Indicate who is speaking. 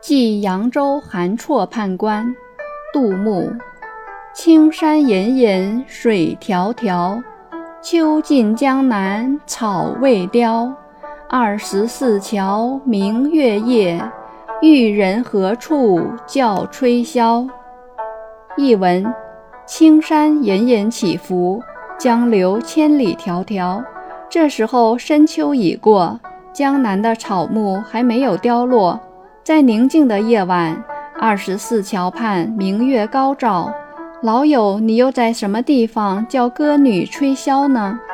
Speaker 1: 寄扬州韩绰判官。杜牧。青山隐隐水迢迢，秋尽江南草未凋。24桥明月夜，玉人何处教吹箫。译文：青山隐隐起伏，江流千里迢迢。这时候深秋已过，江南的草木还没有凋落。在宁静的夜晚，24桥畔明月高照。老友，你又在什么地方叫歌女吹箫呢？